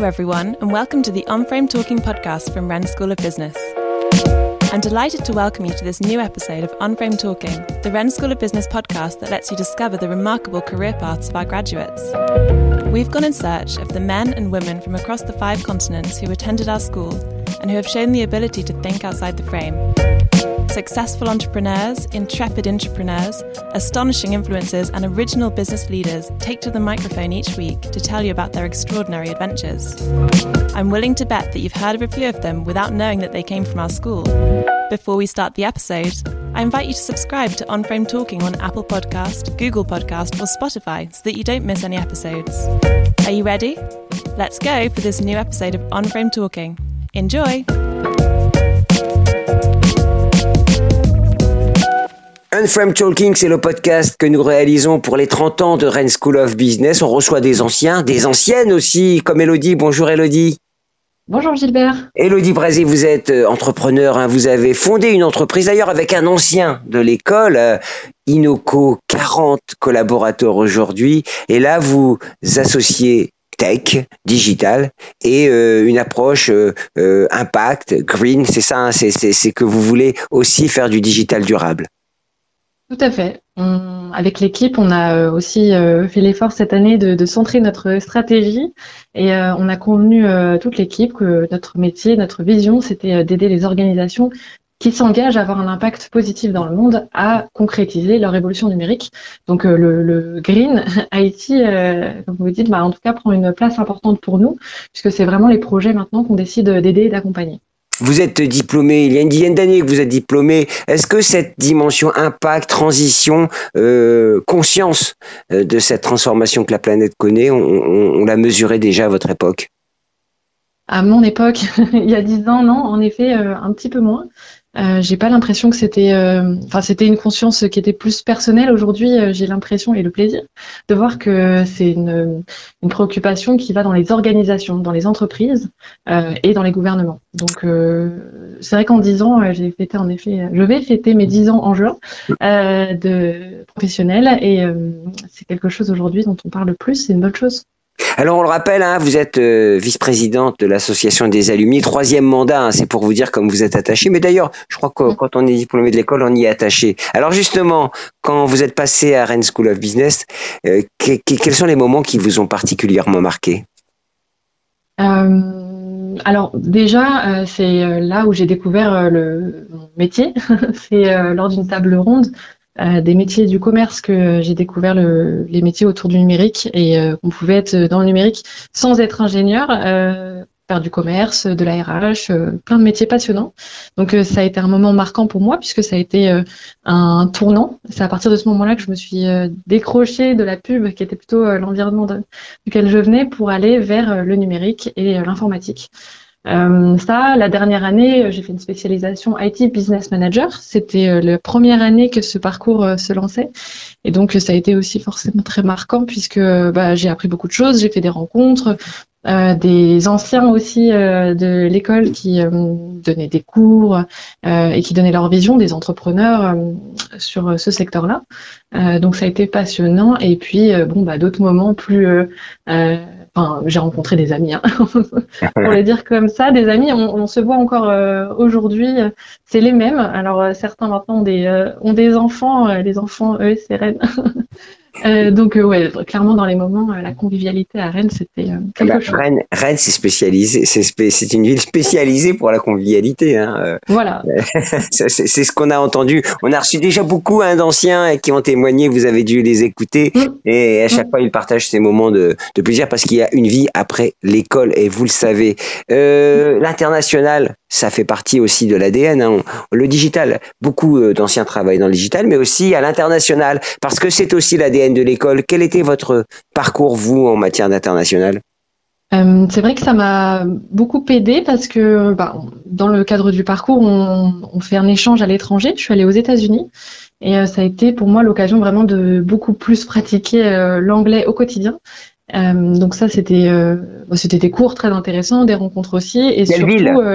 everyone, and welcome to the On-Frame Talking podcast from Wren School of Business. I'm delighted to welcome you to this new episode of On-Frame Talking, the Wren School of Business podcast that lets you discover the remarkable career paths of our graduates. We've gone in search of the men and women from across the 5 continents who attended our school and who have shown the ability to think outside the frame. Successful entrepreneurs, intrepid entrepreneurs, astonishing influencers and original business leaders take to the microphone each week to tell you about their extraordinary adventures. I'm willing to bet that you've heard of a few of them without knowing that they came from our school. Before we start the episode, I invite you to subscribe to On-Frame Talking on Apple Podcast, Google Podcast or Spotify so that you don't miss any episodes. Are you ready? Let's go for this new episode of On-Frame Talking. Enjoy! On-Frame Talking, c'est le podcast que nous réalisons pour les 30 ans de Wren School of Business. On reçoit des anciens, des anciennes aussi, comme Élodie. Bonjour Élodie. Bonjour Gilbert. Élodie Brazé, vous êtes entrepreneur, vous avez fondé une entreprise d'ailleurs avec un ancien de l'école, Inoco, 40 collaborateurs aujourd'hui. Et là, vous associez tech, digital et une approche impact, green, c'est ça, hein, c'est que vous voulez aussi faire du digital durable. Tout à fait. Avec l'équipe, on a aussi fait l'effort cette année de centrer notre stratégie et on a convenu toute l'équipe que notre métier, notre vision, c'était d'aider les organisations qui s'engagent à avoir un impact positif dans le monde à concrétiser leur évolution numérique. Donc le Green IT, comme vous dites, en tout cas prend une place importante pour nous puisque c'est vraiment les projets maintenant qu'on décide d'aider et d'accompagner. Vous êtes diplômé, il y a une dizaine d'années que vous êtes diplômé. Est-ce que cette dimension impact, transition, conscience de cette transformation que la planète connaît, on l'a mesuré déjà à votre époque? À mon époque, il y a 10 ans, non, en effet, un petit peu moins. J'ai pas l'impression que c'était une conscience qui était plus personnelle. Aujourd'hui, j'ai l'impression et le plaisir de voir que c'est une préoccupation qui va dans les organisations, dans les entreprises et dans les gouvernements. Donc c'est vrai qu'en 10 ans, je vais fêter mes 10 ans en juin de professionnel et c'est quelque chose aujourd'hui dont on parle plus, c'est une bonne chose. Alors on le rappelle, vous êtes vice-présidente de l'association des alumni, 3e mandat, c'est pour vous dire comme vous êtes attachée. Mais d'ailleurs, je crois que quand on est diplômé de l'école, on y est attaché. Alors justement, quand vous êtes passé à Wren School of Business, quels sont les moments qui vous ont particulièrement marqué? Alors déjà, c'est là où j'ai découvert mon métier. C'est lors d'une table ronde des métiers du commerce que j'ai découvert les métiers autour du numérique et qu'on pouvait être dans le numérique sans être ingénieur, faire du commerce, de la RH, plein de métiers passionnants. Donc ça a été un moment marquant pour moi puisque ça a été un tournant. C'est à partir de ce moment-là que je me suis décrochée de la pub qui était plutôt l'environnement duquel je venais pour aller vers le numérique et l'informatique. La dernière année, j'ai fait une spécialisation IT Business Manager. C'était la première année que ce parcours se lançait. Et donc, ça a été aussi forcément très marquant puisque j'ai appris beaucoup de choses. J'ai fait des rencontres, des anciens aussi de l'école qui donnaient des cours et qui donnaient leur vision, des entrepreneurs sur ce secteur-là. Donc, ça a été passionnant. Et puis, d'autres moments plus... j'ai rencontré des amis, pour le dire comme ça, des amis, on se voit encore aujourd'hui, c'est les mêmes. Alors certains maintenant ont des enfants, les enfants, eux, c'est Rennes. Donc clairement dans les moments, la convivialité à Rennes, c'était quelque chose. Rennes, c'est spécialisé, c'est une ville spécialisée pour la convivialité. Voilà. c'est ce qu'on a entendu. On a reçu déjà beaucoup d'anciens qui ont témoigné. Vous avez dû les écouter et à chaque fois ils partagent ces moments de plaisir parce qu'il y a une vie après l'école et vous le savez. L'international, ça fait partie aussi de l'ADN. Le digital, beaucoup d'anciens travaillent dans le digital, mais aussi à l'international parce que c'est aussi l'ADN de l'école. Quel était votre parcours, vous, en matière d'international? C'est vrai que ça m'a beaucoup aidé parce que dans le cadre du parcours, on fait un échange à l'étranger. Je suis allée aux États-Unis et ça a été pour moi l'occasion vraiment de beaucoup plus pratiquer l'anglais au quotidien. Donc ça, c'était des cours très intéressants, des rencontres aussi. Et Quelle surtout, ville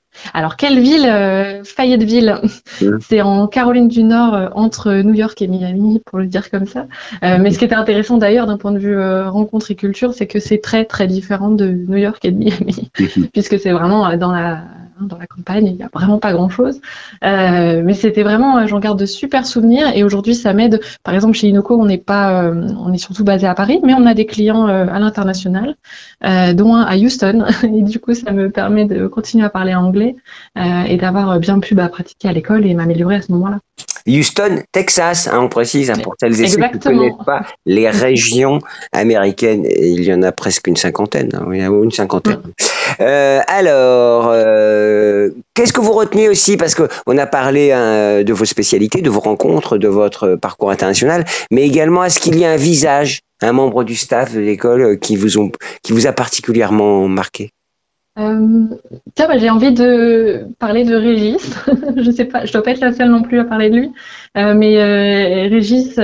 Alors, quelle ville? Fayetteville. C'est en Caroline du Nord, entre New York et Miami, pour le dire comme ça. Mais ce qui était intéressant d'ailleurs d'un point de vue rencontre et culture, c'est que c'est très très différent de New York et de Miami, puisque c'est vraiment dans la campagne, il n'y a vraiment pas grand-chose. Mais c'était vraiment, j'en garde de super souvenirs. Et aujourd'hui, ça m'aide. Par exemple, chez Inoco, on est surtout basé à Paris, mais on a des clients à l'international, dont un à Houston. Et du coup, ça me permet de continuer à parler anglais et d'avoir bien pu pratiquer à l'école et m'améliorer à ce moment-là. Houston, Texas, on précise, pour celles et ceux qui ne connaissent pas les régions américaines, il y en a presque une cinquantaine. Il y a une cinquantaine. Alors, qu'est-ce que vous retenez aussi, parce qu'on a parlé de vos spécialités, de vos rencontres, de votre parcours international, mais également, est-ce qu'il y a un visage, un membre du staff de l'école qui vous a particulièrement marqué? J'ai envie de parler de Régis. Je sais pas, je dois pas être la seule non plus à parler de lui, mais Régis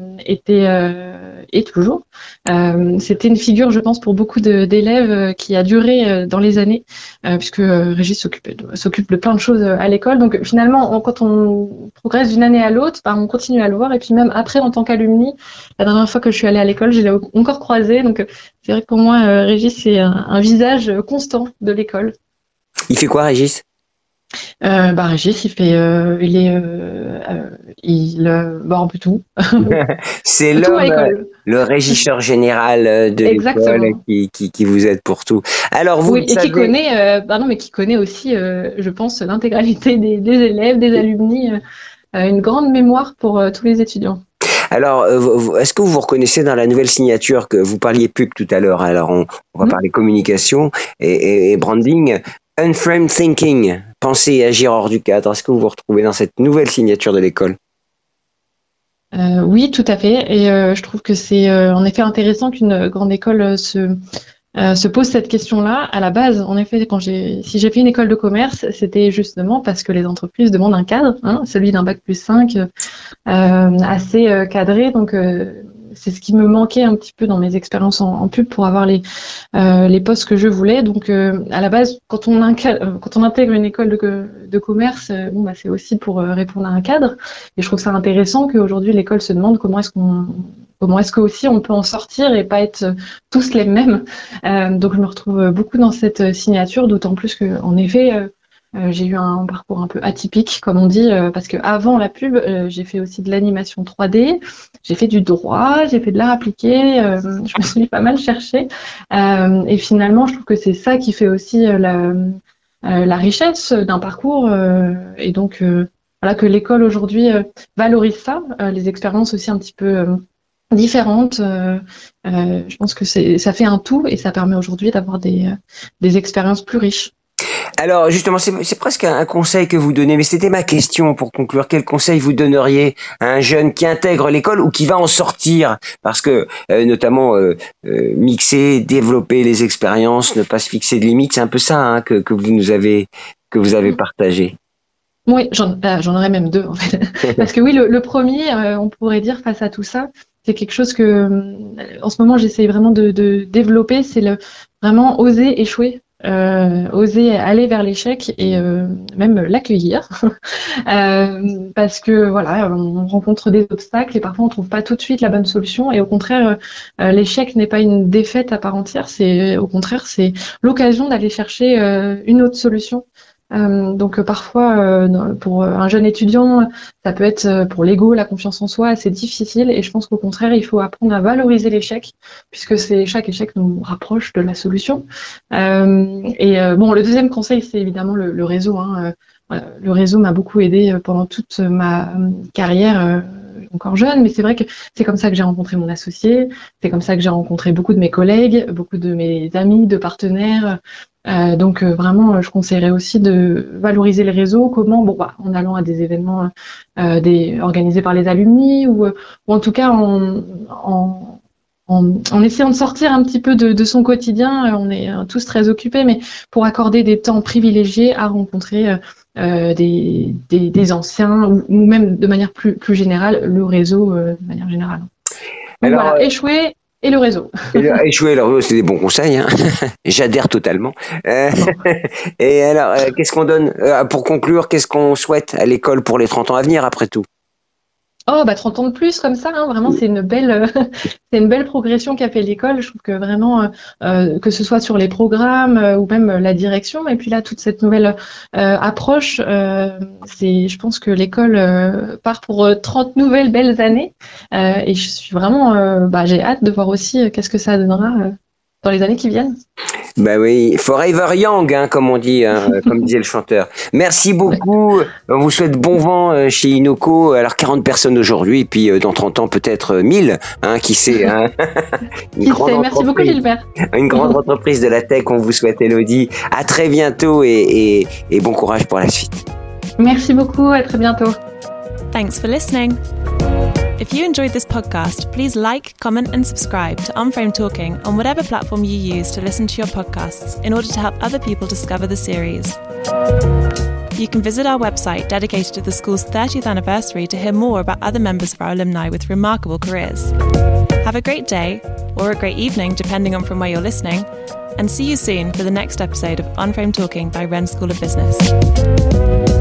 et toujours. C'était une figure, je pense, pour beaucoup d'élèves qui a duré dans les années, puisque Régis s'occupe de plein de choses à l'école. Donc finalement, quand on progresse d'une année à l'autre, on continue à le voir. Et puis même après, en tant qu'alumni, la dernière fois que je suis allée à l'école, je l'ai encore croisé. Donc c'est vrai que pour moi, Régis, c'est un visage constant de l'école. Il fait quoi, Régis? Régis, il un peu tout. C'est l'homme, le régisseur général de l'école qui vous aide pour tout. Alors vous et qui connaît aussi, je pense, l'intégralité des élèves, des alumni, une grande mémoire pour tous les étudiants. Alors, est-ce que vous vous reconnaissez dans la nouvelle signature que vous parliez pub tout à l'heure? Alors, on va parler communication et branding. Unframed thinking, penser et agir hors du cadre. Est-ce que vous vous retrouvez dans cette nouvelle signature de l'école? Oui, tout à fait. Et je trouve que c'est en effet intéressant qu'une grande école se pose cette question-là. À la base, en effet, si j'ai fait une école de commerce, c'était justement parce que les entreprises demandent un cadre, celui d'un bac+5, assez cadré. Donc, c'est ce qui me manquait un petit peu dans mes expériences en pub pour avoir les postes que je voulais. Donc, à la base, quand on intègre une école de commerce, c'est aussi pour répondre à un cadre. Et je trouve ça intéressant qu'aujourd'hui, l'école se demande comment est-ce que aussi on peut en sortir et pas être tous les mêmes. Donc, je me retrouve beaucoup dans cette signature, d'autant plus que, en effet, j'ai eu un parcours un peu atypique, comme on dit, parce que avant la pub, j'ai fait aussi de l'animation 3D, j'ai fait du droit, j'ai fait de l'art appliqué, je me suis pas mal cherchée. Et finalement, je trouve que c'est ça qui fait aussi la richesse d'un parcours. Et donc, voilà, que l'école aujourd'hui valorise ça, les expériences aussi un petit peu différentes. Je pense que ça fait un tout et ça permet aujourd'hui d'avoir des expériences plus riches. Alors justement, c'est presque un conseil que vous donnez, mais c'était ma question pour conclure. Quel conseil vous donneriez à un jeune qui intègre l'école ou qui va en sortir? Parce que notamment mixer, développer les expériences, ne pas se fixer de limites, c'est un peu ça que vous avez partagé. Oui, j'en aurais même deux en fait. Parce que oui, le premier, on pourrait dire face à tout ça, c'est quelque chose que en ce moment j'essaye vraiment de développer, c'est vraiment oser échouer. Oser aller vers l'échec et même l'accueillir parce que voilà, on rencontre des obstacles et parfois on trouve pas tout de suite la bonne solution et au contraire l'échec n'est pas une défaite à part entière, c'est au contraire c'est l'occasion d'aller chercher une autre solution. Donc parfois pour un jeune étudiant ça peut être pour l'ego, la confiance en soi assez difficile et je pense qu'au contraire il faut apprendre à valoriser l'échec puisque chaque échec nous rapproche de la solution. Le deuxième conseil c'est évidemment le réseau. Le réseau m'a beaucoup aidé pendant toute ma carrière encore jeune, mais c'est vrai que c'est comme ça que j'ai rencontré mon associé, c'est comme ça que j'ai rencontré beaucoup de mes collègues, beaucoup de mes amis, de partenaires. Donc vraiment, je conseillerais aussi de valoriser les réseaux. Comment? En allant à des événements organisés par les alumni ou en tout cas en essayant de sortir un petit peu de son quotidien. On est tous très occupés, mais pour accorder des temps privilégiés à rencontrer des anciens ou même de manière plus générale le réseau de manière générale. Donc, échouer et le réseau. Échouer le réseau, c'est des bons conseils. Hein. J'adhère totalement. Et alors, qu'est-ce qu'on donne pour conclure? Qu'est-ce qu'on souhaite à l'école pour les 30 ans à venir, après tout? 30 ans de plus comme ça, hein, vraiment c'est une belle progression qu'a fait l'école. Je trouve que vraiment que ce soit sur les programmes ou même la direction, et puis là toute cette nouvelle approche, je pense que l'école part pour 30 nouvelles belles années, et je suis vraiment j'ai hâte de voir aussi qu'est-ce que ça donnera dans les années qui viennent. Bah oui, forever young, hein, comme on dit, hein, comme disait le chanteur. Merci beaucoup. On vous souhaite bon vent chez Inoco. Alors 40 personnes aujourd'hui, et puis dans 30 ans peut-être 1000, hein, qui sait. Hein. Merci beaucoup Gilbert. Une grande entreprise de la tech, on vous souhaite, Elodie. À très bientôt et bon courage pour la suite. Merci beaucoup, à très bientôt. Thanks for listening. If you enjoyed this podcast, please like, comment and subscribe to Unframed Talking on whatever platform you use to listen to your podcasts in order to help other people discover the series. You can visit our website dedicated to the school's 30th anniversary to hear more about other members of our alumni with remarkable careers. Have a great day, or a great evening depending on from where you're listening, and see you soon for the next episode of Unframed Talking by Wren School of Business.